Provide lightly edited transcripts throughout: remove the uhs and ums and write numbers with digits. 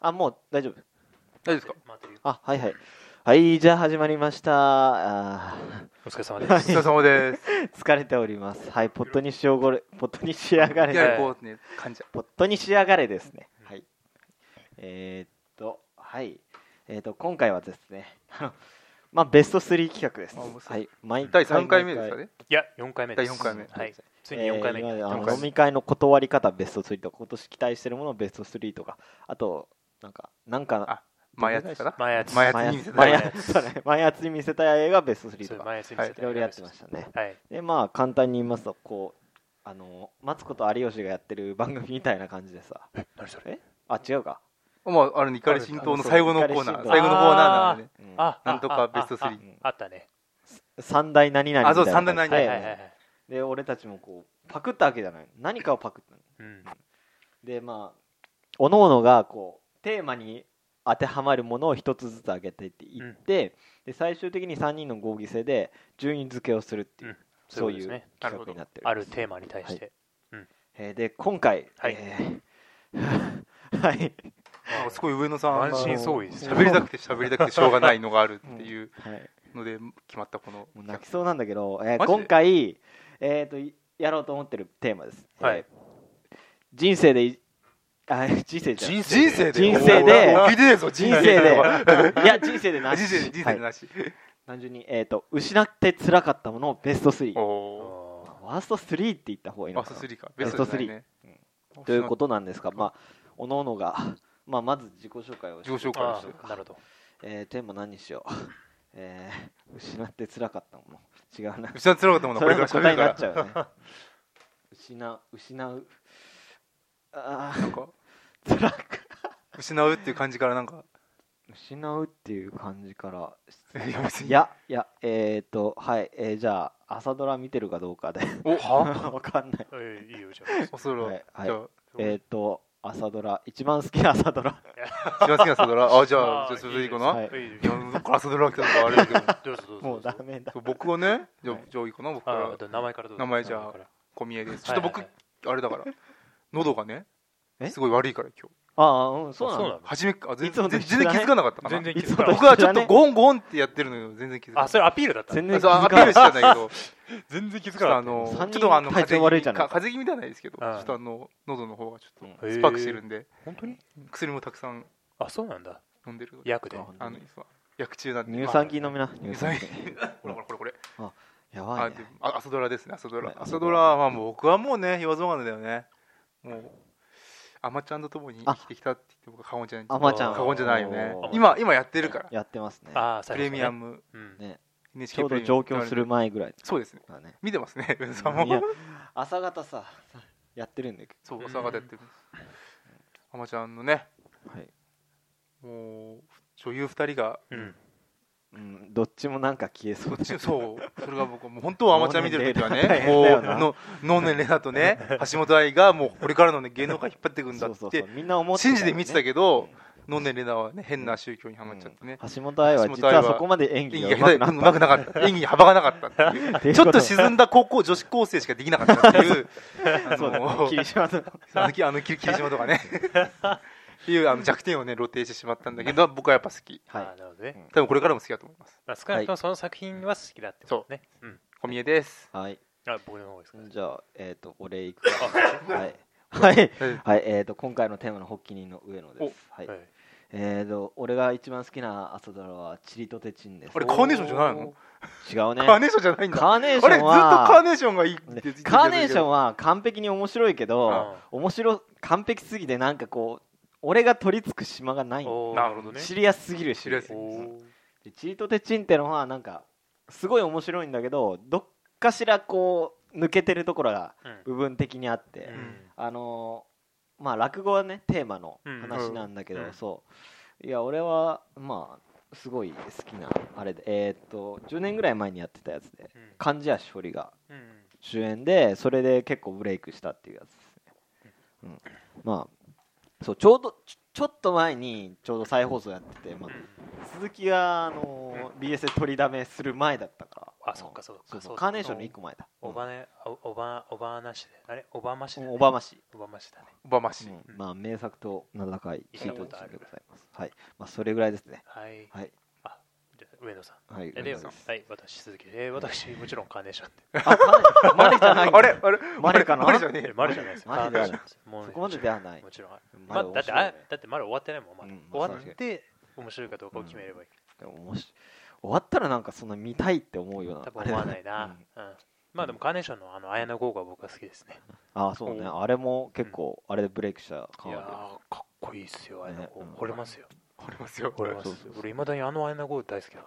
あ、もう大丈夫。 大丈夫ですか？ あ、はいはい。はい、じゃあ始まりました。 お疲れ様おです。 疲れ様です。 疲れております。はい、ポットに仕上がれ。 いや、こうね、感じ。 ポットに仕上がれですね。はい。はい。今回はですね、まあベスト3企画です。はい。 第3回目ですかね。 いや、4回目です。 第4回目。 はい。ついに4回目。 飲み会の断り方ベスト3とか、今年期待してるものベスト3とか、あと、なんか、 前やつかな。 前やつに見せたい映画ベスト3とか、いろいろやってましたね。 はい。 で、まあ、簡単に言いますと、こう、マツコと有吉がやってる番組みたいな感じでさ。 何それ？ あ、違うか。 まあ、イカレ神道の最後のコーナー。最後のコーナーなんでね。なんとかベスト3。 あったね。 三大何々みたいな。 あ、そう、三大何々。 で、俺たちもこう、パクったわけじゃない。何かをパクったの。で、まあ、おのおのが、こう、テーマに当てはまるものを一つずつ上げていって、で最終的に3人の合議制で順位付けをするっていう、そういう企画になってる。 あるテーマに対して。 で、今回、はい。 すごい上野さんが満身創痍です。 喋りたくてしょうがないのがあるっていうので決まったこの。 もう泣きそうなんだけど、今回、やろうと思ってるテーマです。人生で、人生で、いや、人生でなし。単純に、失って辛かったものをベスト3。ワースト3って言った方がいいのかな。ベスト3。ということなんですが、まあ、おのおのが、まず自己紹介をして。 なるほど。 テーマ何にしよう。失って辛かったもの。違うな。 失って辛かったもの、これから答えになっちゃうよね。失う。 なんか辛く。 失うっていう感じからなんか。 失うっていう感じから。 いや、別に。 はい。じゃあ、朝ドラ見てるかどうかで。わかんない。 いいよ、じゃあ。朝ドラ。 朝ドラ、一番好きな朝ドラ。 一番好きな朝ドラ。あ、じゃあ、それでいいかな。いや、どっから朝ドラ来たのかあれだけど。 もうダメだ。 僕はね、じゃあいいかな、僕から。 名前からどうぞ。 名前じゃあ、小宮です。ちょっと僕、あれだから、喉がね、すごい悪いから今日。 そうなの。 全然気づかなかったかな。 僕はちょっとゴンゴンってやってるのよ、全然気づかない。 あ、それアピールだった。 全然アピールしてたんだけど、 全然気づかなかった。 ちょっと風邪気味ではないですけど、ちょっと喉の方がちょっとスパークしてるんで、 本当に薬もたくさんそうなんだ。 飲んでる。 薬で。 薬中なんで。 乳酸菌飲みな。 これ。 やばい。 朝ドラですね、朝ドラ。朝ドラは僕はもうね、言わずもがなだよね。もう。アマちゃんとともに生きてきたって言って僕は過言じゃない。過言じゃないよね。今やってるから。 やってますね。 プレミアム。 ちょうど上京する前ぐらい。 そうですね。見てますね。 朝方さやってるんだけど。 そう、朝方やってる。アマちゃんのね。もう女優2人が。 どっちもなんか消えそう。 それが僕もう本当はアマちゃん見てる時はね、もう能年玲奈とね、橋本愛がもうこれからのね芸能界引っ張っていくんだって信じて見てたけど、能年玲奈はね変な宗教にはまっちゃってね。 橋本愛は実はそこまで演技がうまくなかった。演技に幅がなかったっていう。ちょっと沈んだ女子高生しかできなかったっていう。 霧島とかね。っていう弱点をね露呈してしまったんだけど、僕はやっぱ好き。 なるほどね。 多分これからも好きだと思います。 少なくともその作品は好きだってことね。 小宮です。 はい。 僕の方ですか。 じゃあ俺行くか。はい。今回のテーマの発起人の上野です。はい。俺が一番好きな朝ドラはチリとてチンです。 あれカーネーションじゃないの？ 違うね。 カーネーションじゃないんだ。 カーネーションはずっとカーネーションがいいって言ってた。 カーネーションは完璧に面白いけど、完璧すぎてなんかこう俺が取り付く島がない。 なるほどね。 シリアスすぎるし。チリとてチンってのはなんかすごい面白いんだけど、どっかしらこう抜けてるところが部分的にあって、まあ落語はねテーマの話なんだけど、そういや俺はまあすごい好きなあれで10年ぐらい前にやってたやつで、貫地谷しほりが主演で、それで結構ブレイクしたっていうやつですね。まあそうちょっと前にちょうど再放送やってて、続きがBS で取りだめする前だったかあ、そっかそうか。 カーネーションの1個前だ。 オバナ市で、あれオバマ市だね。 オバマ市だね。 オバマ市。 まあ名作と名高いシートでございます。はい。まあそれぐらいですね。 はい。 はい。 あ、じゃ上野さん。 はい。 で、はい、私鈴木。私もちろんカーネーションで。 あ、マリじゃない。 あれマリかな。 マリじゃないです。 マリじゃない。そこまでではない。 もちろん。だってまだ終わってないもん。終わって面白いかどうかを決めればいい。 でも終わったらなんかそんな見たいって思うような。 多分思わないな。まあでもカーネーションの綾野剛が僕は好きですね。 ああ、そうね。あれも結構あれでブレイクした感じ。いやかっこいいっすよ。惚れますよ。俺いまだに綾野剛大好きだから。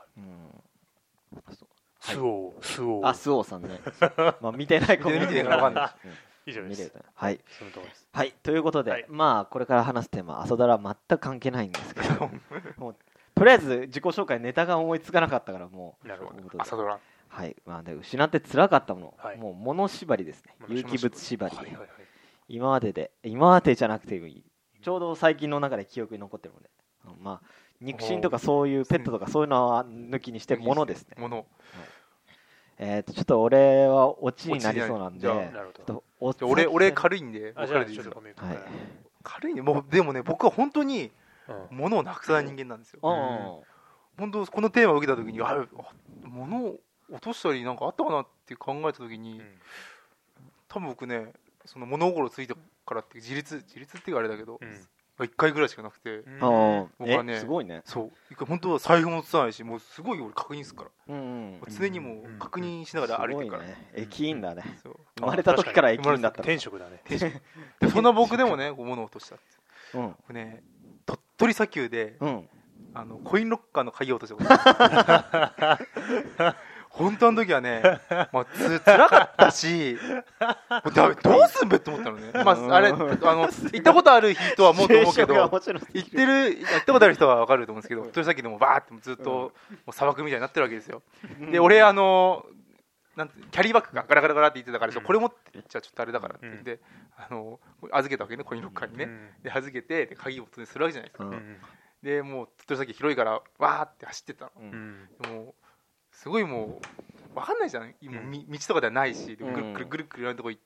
スオー。 あ、スオーさんね。まあ見てないか見てないからわかんない。 以上です。 はい。 その通りです。 はい。ということで、まあこれから話すテーマ朝ドラ全く関係ないんですけど、とりあえず自己紹介ネタが思いつかなかったからもう。 なるほど。 朝ドラ。 はい。まあで失って辛かったもの、もう物縛りですね。有機物縛り。今までじゃなくてちょうど最近の中で記憶に残ってるので、まあ肉親とかそういうペットとかそういうのは抜きにして物ですね。 物。 ちょっと俺はオチになりそうなんで、 俺軽いんで、軽いね。もうでもね、僕は本当に物をなくさない人間なんですよ。本当このテーマを受けた時に、物を落としたりなんかあったかなって考えた時に、多分僕ね、その物心ついたからって自立っていうかあれだけど、1回ぐらいしかなくて、僕はね、 すごいね。 そう、本当は財布も落とさないし、もうすごい俺確認するから、常にもう確認しながら歩いてるから。 駅員だね。生まれた時から駅員だった。 転職だね。 そんな僕でもね、物を落としたって。ね、鳥取砂丘でコインロッカーの鍵を落としたこと本当の時はね、まあ辛かったし、どうすんべって思ったのね。まああれ行ったことある人はもうと思うけど、行ったことある人は分かると思うんですけど、鳥取砂丘でもバーってずっともう砂漠みたいになってるわけですよ。で俺なんてキャリーバッグがガラガラガラって言ってたから、これ持ってじゃあちょっとあれだからって言って預けたわけね、コインロッカーにね。で預けて鍵をするわけじゃないですか。でもう鳥取砂丘広いからわーって走ってったの。もうすごいもう分かんないじゃん、道とかではないし、ぐるぐるいろんなとこ行って、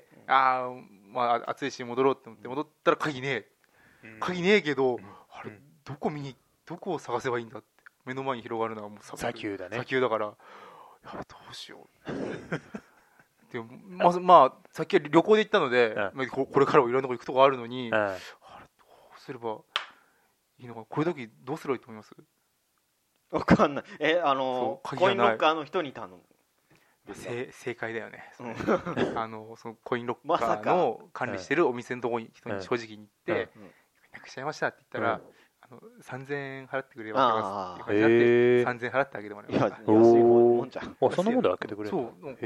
まあ暑いし戻ろうって思って戻ったら鍵ねえけど、あれどこを探せばいいんだって、目の前に広がるのはもう砂丘だね。 砂丘だから、どうしようでまあさっきは旅行で行ったので、これからもいろんなとこ行くとこあるのに、あれどうすればいいのか、これだけどうすればいいと思います？ わかんない。コインロッカーの人に頼む。 正解だよね。そのコインロッカーの管理してるお店のところに人に正直に行ってなくしちゃいましたって言ったら、3000円払ってくれればっていう感じになって、3000円払ってあげてもらいました。 安いもんじゃん。 そんなもんで開けてくれる。 そう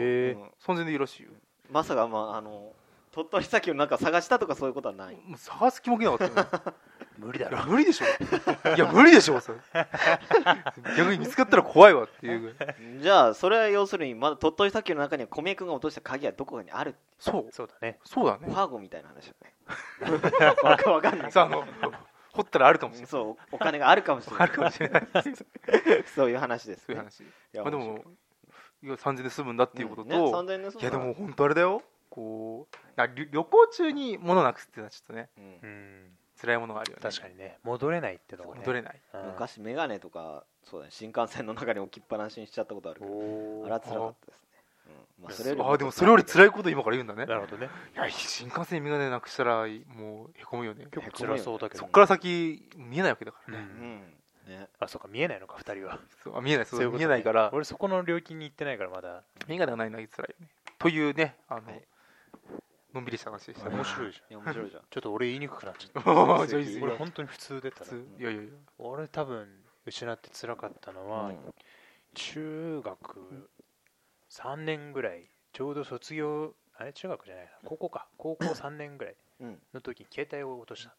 、3000円でいいらしいよ。 まさか鳥取砂丘をなんか探したとかそういうことはない？ もう探す気も起きなかったよ。 無理だろ。 無理でしょ。いや無理でしょそれ。逆に見つかったら怖いわっていう。 じゃあそれは要するにまだ鳥取砂丘の中には小宮君が落とした鍵はどこかにある。 そうだね。 そうだね。 ファーゴみたいな話だね。わかんない。 掘ったらあるかもしれない。 そう、お金があるかもしれない。 あるかもしれない。 そういう話です。 そういう話。まあでも3000円で済むんだっていうことと、いやでも本当あれだよ。こう旅行中に物なくすっていうのはちょっとね。辛いものがあるよね。 確かにね、戻れないってのがね。 戻れない。 昔メガネとかそうだね、新幹線の中に置きっぱなしにしちゃったことあるけど、あれは辛かったですね。 でもそれより辛いこと今から言うんだね。 なるほどね。 いや新幹線にメガネなくしたらもうへこむよね。 結構辛そうだけど。 そっから先見えないわけだからね。 あ、そうか、見えないのか2人は。 見えない、そう見えないから。 俺そこの領域に行ってないからまだ。 メガネがないのは辛いよね。というね、のんびりした話でした。 面白いじゃん。ちょっと俺言いにくくなっちゃった。俺本当に普通出た。 いや俺多分失って辛かったのは中学3年ぐらい、ちょうど卒業、あれ中学じゃないな、高校3年ぐらいの時に携帯を落とした。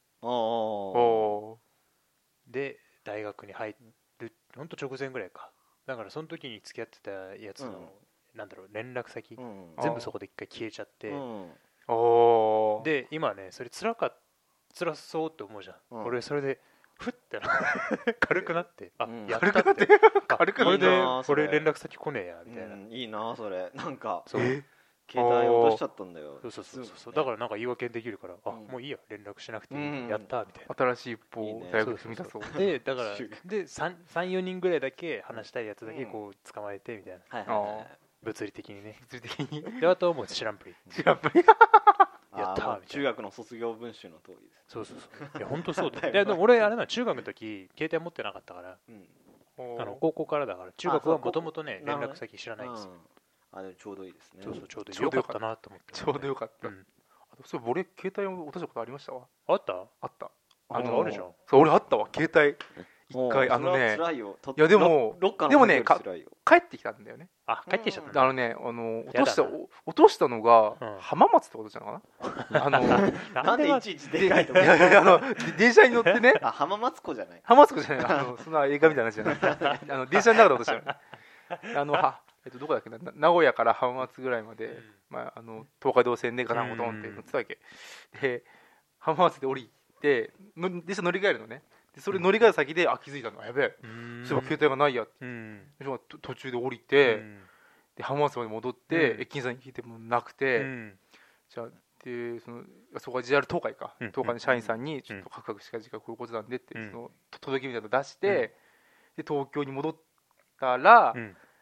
で大学に入る本当直前ぐらいか。だからその時に付き合ってたやつのなんだろう、連絡先全部そこで一回消えちゃって、で今ねそれ辛そうって思うじゃん。俺それでふって軽くなってやったって軽くなってこれ連絡先来ねえやみたいな。 いいなそれ。なんか携帯落としちゃったんだよ。 そうだからなんか言い訳できるからもういいや連絡しなくていいやったみたいな。 新しい一歩をだいぶ踏み出そう。 でだからで 3,4 人ぐらいだけ話したいやつだけこう捕まえてみたいな。物理的にね。 物理的に。 であともう知らんぷり。やったーみたいな。 中学の卒業文集の通りです。 そういや本当そうだよ。でも俺あれな中学の時携帯持ってなかったから、高校からだから中学はもともとね連絡先知らないんですよ。 でもちょうどいいですね。 そうちょうどよかったなと思って。 ちょうどよかった。そう俺携帯を落としたことありましたわ。 あった？ あった。 あるじゃん。 そう俺あったわ携帯。一回ね。いやでもね帰ってきたんだよね。 帰ってきちゃった。 落としたのが浜松ってことじゃないかな。 なんでいちいちでかいとこ。 電車に乗ってね。 浜松湖じゃない。 浜松湖じゃない。そんな映画みたいな話じゃない。電車の中で落としたの。どこだっけな、名古屋から浜松ぐらいまで東海道線でガタンゴトンって乗ってたわけで、浜松で降りて電車乗り換えるのね。それ乗り換える先で気づいたの。やべえそういえば携帯がないやって。途中で降りてで浜松まで戻って駅員さんに聞いてもなくて、じゃあでそこは JR 東海か、東海の社員さんにちょっとカクカクしかじかこういうことなんでってその届けみたいなの出して、で東京に戻ったら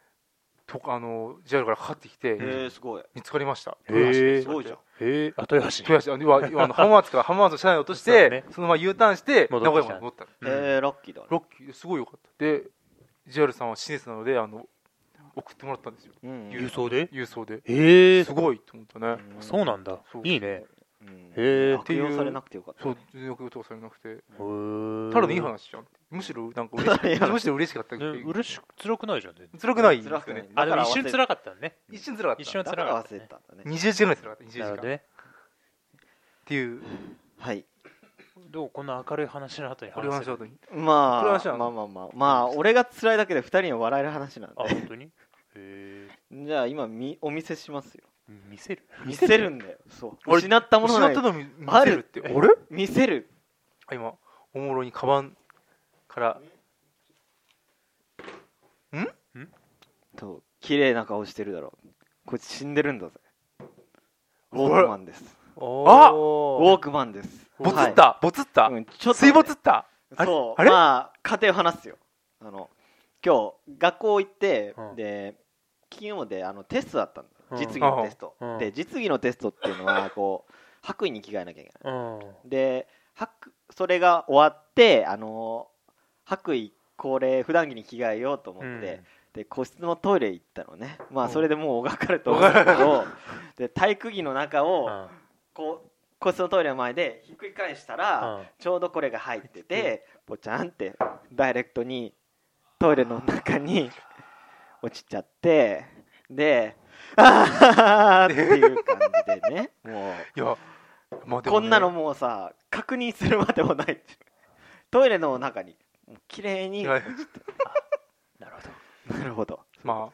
JR からかかってきてすごい見つかりました。 すごいじゃん。 豊橋浜松から浜松の車内を落としてそのまま U ターンして名古屋まで戻った。 ラッキーだね。 ラッキーすごいよかった。で JR さんは親切なので送ってもらったんですよ。 郵送で。 すごいと思ったね。 そうなんだ。いいね。 悪用されなくてよかった。 そう全然悪用されなくてただのいい話じゃん。むしろなんか嬉しかったけど辛くないじゃん。 辛くないんですよね。 でも一瞬辛かったね。 一瞬辛かった。 一瞬辛かったね。 20時間ぐらい辛かった。20時間っていう。 はい。 どうこんな明るい話の後にまあ俺が辛いだけで2人には笑える話なんで。 本当に。 じゃあ今お見せしますよ。 見せるんだよ。そう失ったものがあるって。俺見せる。 今おもろにカバンからと綺麗な顔してるだろう。こいつ死んでるんだぜ。ウォークマンです。ウォークマンです。 ボツった水没った。 そうまあ家庭を話すよ。今日学校行ってで金曜でテストだったんだ。実技のテストで実技のテストっていうのはこう白衣に着替えなきゃいけない。でそれが終わって白衣これ普段着に着替えようと思ってで個室のトイレ行ったのね。まあそれでもうがかると思うんだけどで体育着の中をこう個室のトイレの前でひっくり返したらちょうどこれが入っててポチャンってダイレクトにトイレの中に落ちちゃってであーっていう感じでね。もういやこんなのもうさ確認するまでもないトイレの中に綺麗に落ちてなるほどま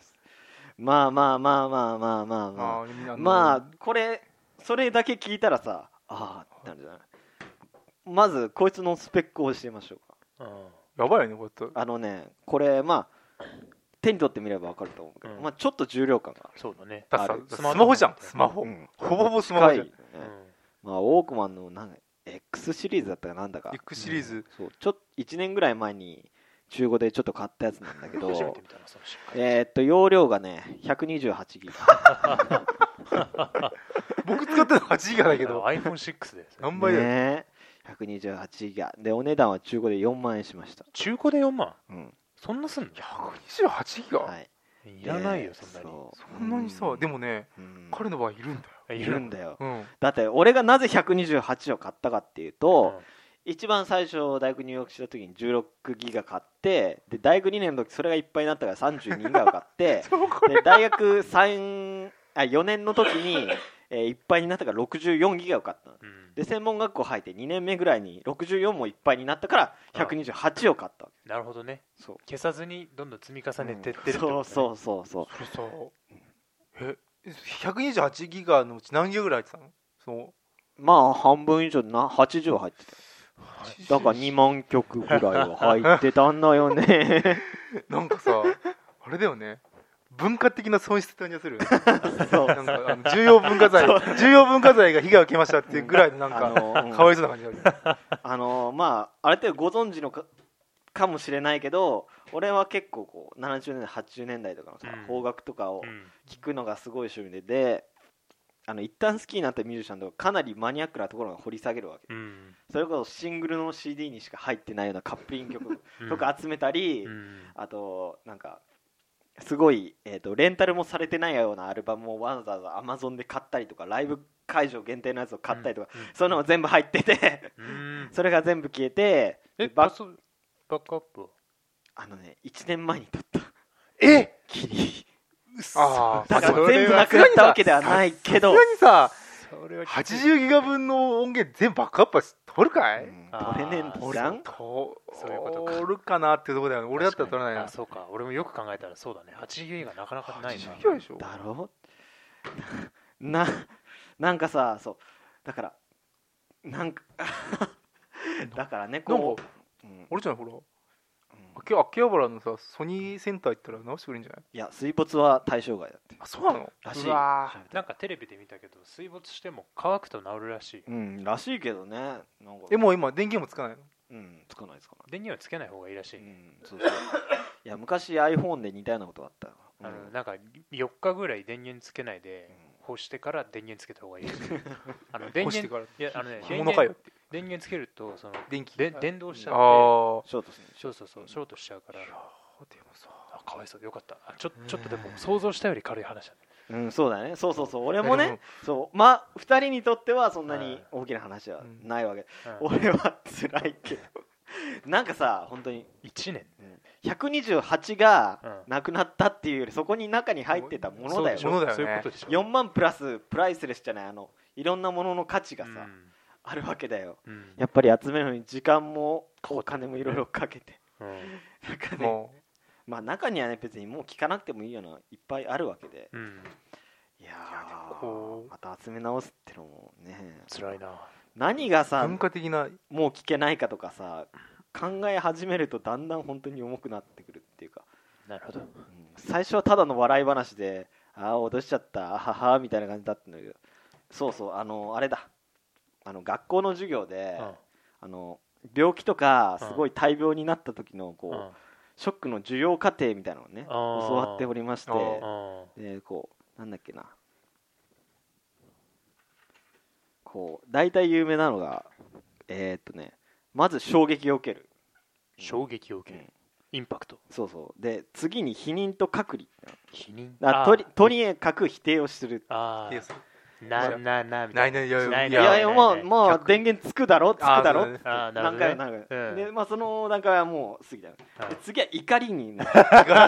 あこれそれだけ聞いたらさってなるじゃない。まずこいつのスペックを教えましょうか。 やばいねこれ。 これ手に取ってみれば分かると思うけど、ちょっと重量感がそうだね。 スマホじゃん。スマホ、ほぼスマホじゃん。 ウォークマンのX シリーズだったかなんだか X シリーズ、 そうちょっと1年ぐらい前に中古でちょっと買ったやつなんだけど容量がね128ギガ僕使ってるの8ギガだけど iPhone6 で何倍だよね。128ギガでお値段は中古で4万円しました。 中古で4万？そんなすんの ？128ギガ？ いらないよそんなにさ。でもね彼の場合いるんだよ。 だって俺がなぜ128を買ったかっていうと一番最初大学入学した時に16ギガ買ってで大学2年の時それがいっぱいになったから32ギガを買ってで大学4年の時にいっぱいになったから64ギガを買ったの。で専門学校入って2年目ぐらいに64もいっぱいになったから128を買ったわけ。 なるほどね。消さずにどんどん積み重ねてってるってことね。そうそれ128ギガのうち何ギガぐらい入ってたの？ まあ半分以上80は入ってた。 だから2万曲ぐらいは入ってたんだよねなんかさあれだよね、文化的な損失って感じがするよねそうなんか重要文化財が被害を受けましたっていうぐらいのなんか、かわいそうな感じがあるまああれってご存知のかもしれないけど、俺は結構こう70年代80年代とかのさ、邦楽とかを聴くのがすごい趣味で、一旦好きになったミュージシャンとかかなりマニアックなところが掘り下げるわけ、それこそシングルの CD にしか入ってないようなカップリング曲とか集めたり、あとなんかすごい、レンタルもされてないようなアルバムをわざわざ Amazon で買ったりとか、ライブ会場限定のやつを買ったりとか、そういうのも全部入っててそれが全部消えて、 バックアップ 1年前に撮ったキリだから全部なくなったわけではないけど、 さすがにさ80ギガ分の音源全部バックアップは取るかい？ 取れねえんじゃん？ そういうことか。 取るかなっていうところだよね。俺だったら取らないな。 そうか。俺もよく考えたらそうだね。80ギガなかなかないな。 80ギガでしょ。 だろ？なんかさ、そうだからなんかだからね、こう俺じゃない、ほら秋葉原のさソニーセンター行ったら直してくれるんじゃない？ いや、水没は対象外だって。 あ、そうなの？ らしい。 なんかテレビで見たけど、水没しても乾くと治るらしい。 らしいけどね。なんかもう今電源もつかないの？ つかない。 電源はつけない方がいいらしい。 そういや、昔 iPhone で似たようなことあった。 なんか4日ぐらい電源つけないで干してから電源つけた方がいいらしい。 干してから？いや、電源つけるとその電動しちゃってショートする。 ショートしちゃうから。でもさ、かわいそう。よかった。ちょっとでも想像したより軽い話だね。 そうだね。そう俺もね、2人にとってはそんなに大きな話はないわけ。俺は辛いけどなんかさ、本当に 1年 128がなくなったっていうより、そこに中に入ってたものだよ。 そういうことでしょ。 4万プラスプライスレスじゃない、いろんなものの価値がさあるわけだよ。やっぱり集めるのに時間もお金もいろいろかけて、なんかね、まあ中にはね、別にもう聞かなくてもいいようないっぱいあるわけで、いやまた集め直すってのもね、 辛いな。 何がさ文化的なもう聞けないかとかさ考え始めると、だんだん本当に重くなってくるっていうか。 なるほど。 最初はただの笑い話で、脅しちゃったははみたいな感じだったんだけど、あれだ、学校の授業で、病気とかすごい大病になった時のこう、ショックの受容過程みたいなのをね教わっておりまして、でこうなんだっけな、こう大体有名なのがまず衝撃を受ける、 インパクト。 で次に否認と確離、 否認、 とにかく否定をする。 みたいな。 いやもう電源つくだろ何回で、その段階はもう過ぎだよ。次は怒りになる。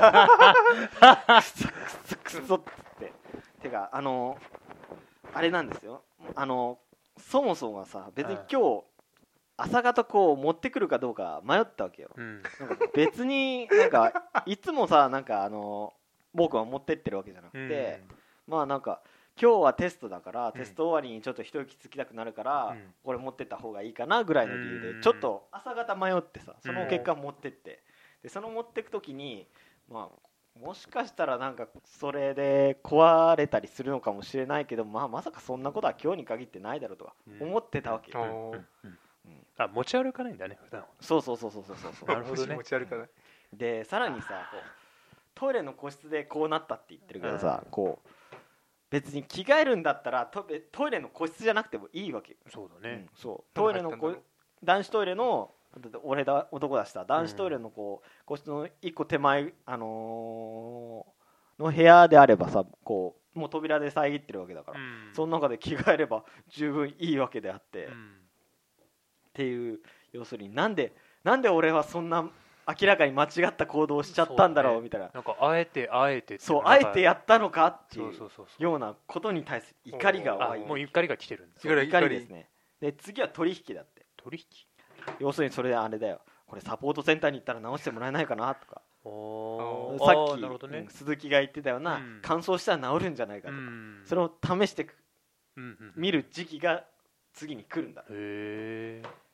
クソっててかあれなんですよ。そもそもがさ、別に今日朝方こう持ってくるかどうか迷ったわけよ。なんか別になんかいつもさ、なんか僕は持ってってるわけじゃなくて、まあなんか今日はテストだから、テスト終わりにちょっと一息つきたくなるから、これ持ってった方がいいかなぐらいの理由でちょっと朝方迷ってさ、その結果持ってって、でその持ってく時にもしかしたらなんかそれで壊れたりするのかもしれないけど、まさかそんなことは今日に限ってないだろうとか思ってたわけよ。 持ち歩かないんだね、普段。 そう。 なるほどね。 持ち歩かない。 でさらにさ、こうトイレの個室でこうなったって言ってるけどさ、こう別に着替えるんだったらトイレの個室じゃなくてもいいわけよ。 そうだね。 トイレの男子トイレの俺だ男だした男子トイレのこう個室の一個手前の部屋であればさ、こうもう扉で遮ってるわけだから、その中で着替えれば十分いいわけであって、っていう、要するになんで俺はそんな明らかに間違った行動をしちゃったんだろうみたいな、 なんかあえてあえてやったのかっていうようなことに対する怒りが湧いて、 もう怒りが来てるんだ。 怒りですね。で次は取引だって。要するにそれであれだよ、これサポートセンターに行ったら直してもらえないかなとか、さっき鈴木が言ってたような、乾燥したら治るんじゃないかとか、それを試して見る時期が次に来るんだ。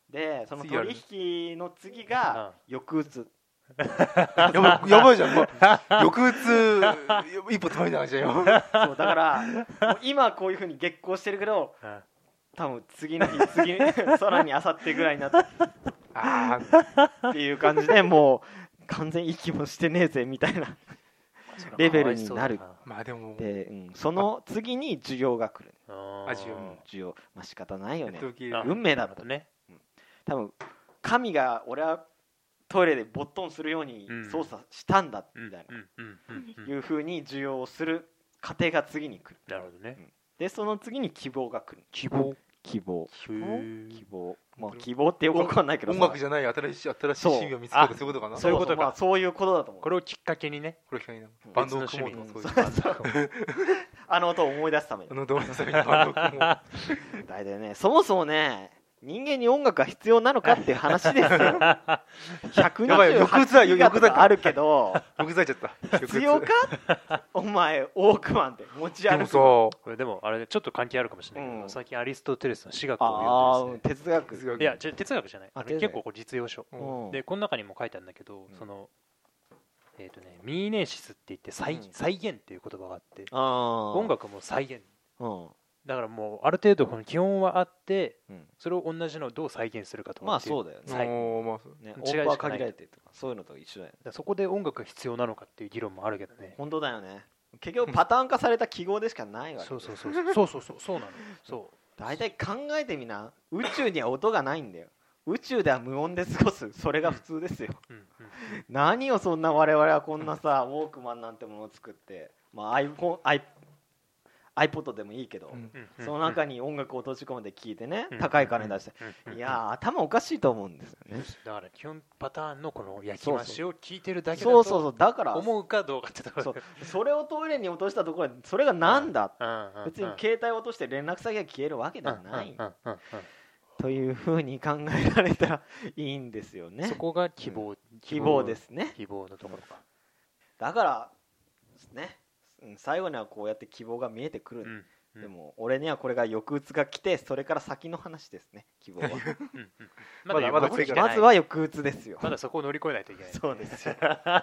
でその取引の次が抑うつ。 やばいじゃん、抑うつ一歩手前なじゃんよ。 そうだから今こういう風に激高してるけど、多分次の日さらにあさってぐらいになってっていう感じでもう完全息もしてねえぜみたいなレベルになる。 まあでもで、その次に需要が来る。 需要、まあ仕方ないよね。 運運命だとね。多分神が俺はトイレでボットンするように操作したんだみたいないう風に需要をする過程が次に来る。 なるほどね。 でその次に希望が来る。 希望。 まあ希望ってよくわかんないけど、 音楽じゃない新しい趣味を見つけた、そういうことかな。 そういうことか。そういうことだと思う。 これをきっかけにね。 バンドを組もうとか、 あの音を思い出すために。 あの音を思い出すためにバンドを組もう。 大体ね、そもそもね、人間に音楽が必要なのかっていう話ですよ。128ギガとかあるけど必要かお前オークマンって持ち歩く。 これでもあれちょっと関係あるかもしれないけど、最近アリストテレスの私学を読んで哲学、 いや哲学じゃない、結構実用書で、この中にも書いてあるんだけど、そのミーネーシスって言って再現っていう言葉があって、音楽も再現だからもうある程度この基本はあって、それを同じのをどう再現するかとか。 まあそうだよね。音は限られてるとかそういうのと一緒だよね。 そこで音楽が必要なのかっていう議論もあるけどね。 本当だよね。結局パターン化された記号でしかないわけ。 そうなの。そう。 大体考えてみな。宇宙には音がないんだよ。宇宙では無音で過ごす。それが普通ですよ。何をそんな我々はこんなさウォークマンなんてものを作って、まあiPod でもいいけど、その中に音楽を閉じ込めて聴いてね、高い金出して、いや頭おかしいと思うんですよね。 だから基本パターンのこの焼き増しを聞いてるだけだとだから思うかどうかってところ。 それをトイレに落としたところでそれがなんだ、別に携帯を落として連絡先が消えるわけではないというふうに考えられたらいいんですよね。 そこが希望ですね。 希望のところか。 だからね、最後にはこうやって希望が見えてくる。でも俺にはこれが抑うつが来て、それから先の話ですね。希望はまずは抑うつですよ。 まだそこを乗り越えないといけない。 そうですよ。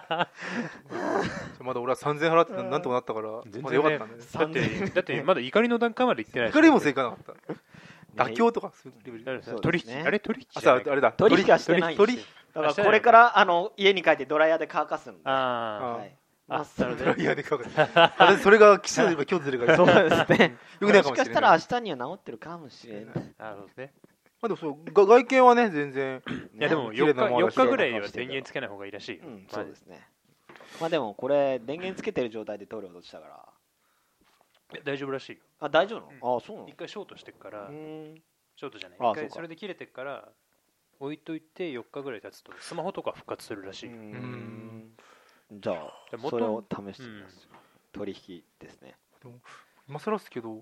まだ俺は3000払ってなんとかなったからまだよかったんだね。だってまだ怒りの段階まで行ってない。 怒りも正解なかった。妥協とか取引あれ取引あれだ取引はしてない。だからこれから家に帰ってドライヤーで乾かすので。 ドライヤーで乾かす。それが岸田で今日出るから。 そうですね。もしかしたら明日には治ってるかもしれない。 なるほどね。 まあでもそう外見はね全然。 いやでも4日ぐらいは電源つけない方がいいらしい。 そうですね。まあでもこれ電源つけてる状態でトイレを落としたから。 大丈夫らしいよ。 あ、大丈夫なの？あ、そうなの？ 一回ショートしてっから、ショートじゃない。一回それで切れてっから置いといて4日ぐらい経つとスマホとか復活するらしい。 じゃあそれを試してみます。取引ですね。 今更ですけど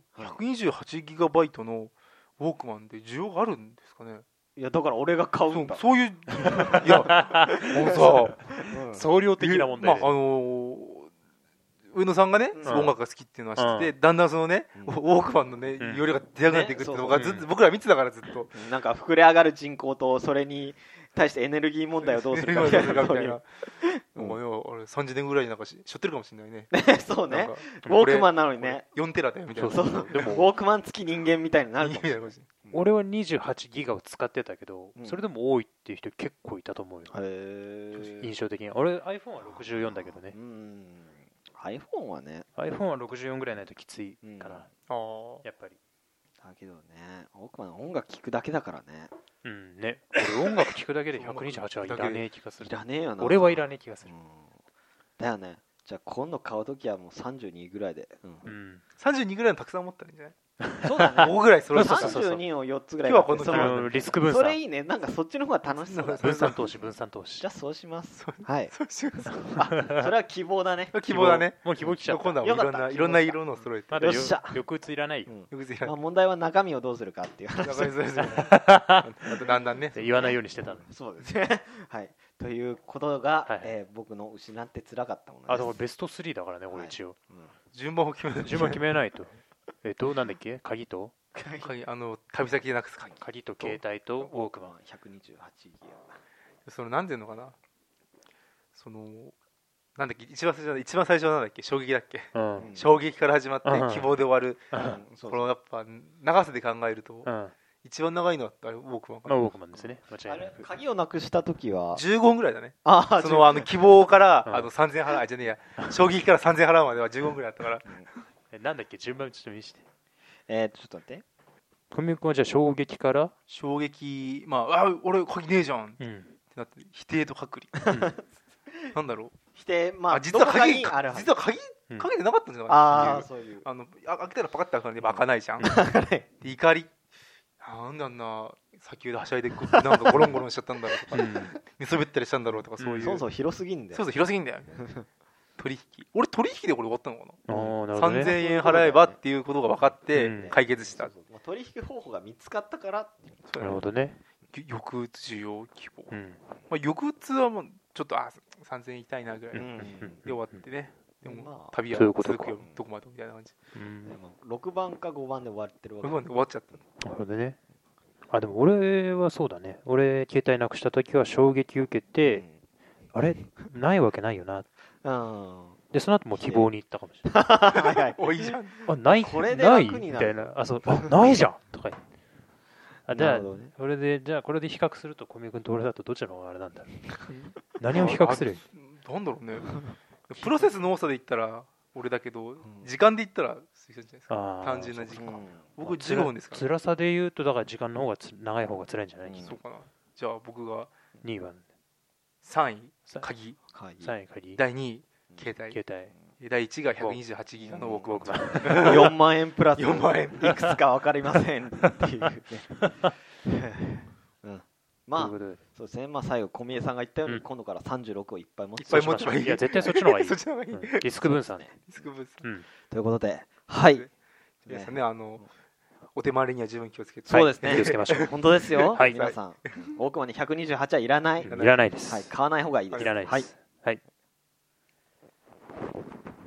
128GB のウォークマンで需要があるんですかね。 いやだから俺が買うんだ。 そういういやもうさ総量的な問題で。 上野さんがね音楽が好きっていうのは知ってて、だんだんそのねウォークマンのね容量が出なくなっていくっていうのがずっと僕ら見てたからずっとなんか膨れ上がる人口とそれに対してエネルギー問題をどうするかみたいな。 お前は俺30年ぐらいなんかしょってるかもしれないね。 そうね。ウォークマンなのにね。 4テラだよみたいな。 でもウォークマン付き人間みたいになるかもしれない。 俺は28ギガを使ってたけど、それでも多いっていう人結構いたと思うよ。印象的に。俺 iPhone は64だけどね。 iPhone はね。 iPhone は64ぐらいないときついかな。やっぱり。 だけどね、ウォークマン音楽聴くだけだからね。 ね。俺音楽聴くだけで128はいらねえ気がする。 いらねえよな。 俺はいらねえ気がする。 だよね。じゃあ今度買うときはもう32ぐらいで。 32ぐらいのたくさん持ったらいいんじゃない？ そうだね。 5ぐらいそれ 32を4つぐらい。 今日はこのリスク分散。 それいいね。なんかそっちの方が楽しそうだ。 分散投資。 じゃあそうします。はい。それは希望だね。 希望だね。 もう希望来ちゃった。 今度はいろんな色の揃えて。 まだ抑うついらないよ。 問題は中身をどうするかっていう話。 あとだんだんね。 言わないようにしてたの。 そうですね。はい。ということが僕の失って辛かったものです。 あ、だからベスト3だからね、これ一応。 順番を決めないと。なんだっけ？鍵と旅先でなくす鍵と携帯とウォークマン 128ギガ。そのなんていうのかな、そのなんだっけ、一番最初なんだっけ、衝撃だっけ、衝撃から始まって希望で終わる、このやっぱ長さで考えると、一番長いのはウォークマンかな。 ウォークマンですね、間違いなく。 鍵をなくした時は 15分ぐらいだね。その希望から3000払う、じゃねえや、衝撃から3000払うまでは15分ぐらいだったから。 なんだっけ、順番ちょっと見せて。 ちょっと待って。 小宮君はじゃあ衝撃から、 俺鍵ねえじゃんってなって、否定と隔離。なんだろう、 否定、 実は鍵かけてなかったんじゃないか、そういう開けたらパカッて開かないで開かないじゃん。で怒り、なんであんな砂丘ではしゃいでなんかゴロンゴロンしちゃったんだろうとか、寝そべったりしたんだろうとか、そういう、 そもそも広すぎんだよ。 そうそう、広すぎんだよ。取引でこれ終わったのかな。3000円払えばっていうことが分かって解決した。 取引方法が見つかったから。 なるほどね。 抑うつ需要希望、抑うつはもうちょっと3000円痛いなぐらいで終わってね。でも旅は続くよ、どこまでみたいな感じ。 6番か5番で終わってるわけ。 6番で終わっちゃった。 なるほどね。でも俺はそうだね。俺携帯なくした時は衝撃受けて、あれないわけないよな。でその後も希望に行ったかもしれない。 おいいじゃん。 ないみたいな。ないじゃんとか言って。じゃあこれで比較すると小宮君と俺だとどちらのあれなんだろう。何を比較する？ なんだろうね。プロセスの多さで言ったら俺だけど、時間で言ったら水さんじゃないですか。単純な時間。僕15分ですから。 辛さで言うとだから時間の方が長い方が辛いんじゃない？ そうかな。じゃあ僕が 2番、 3位鍵、 3位鍵、 第2位携帯、第1位が128ギガのウォークマン。 4万円プラス 4万円いくつか分かりませんっていうね。そうですね。最後小宮さんが言ったように今度から36をいっぱい持っていや絶対そっちの方がいい。リスク分散。 ということで、はい。 皆さんね、お手回りには十分気をつけて。 そうですね。 気をつけましょう。 本当ですよ。皆さん、ウォークマンに128はいらない。 いらないです。 買わない方がいいです。 いらないです。はい。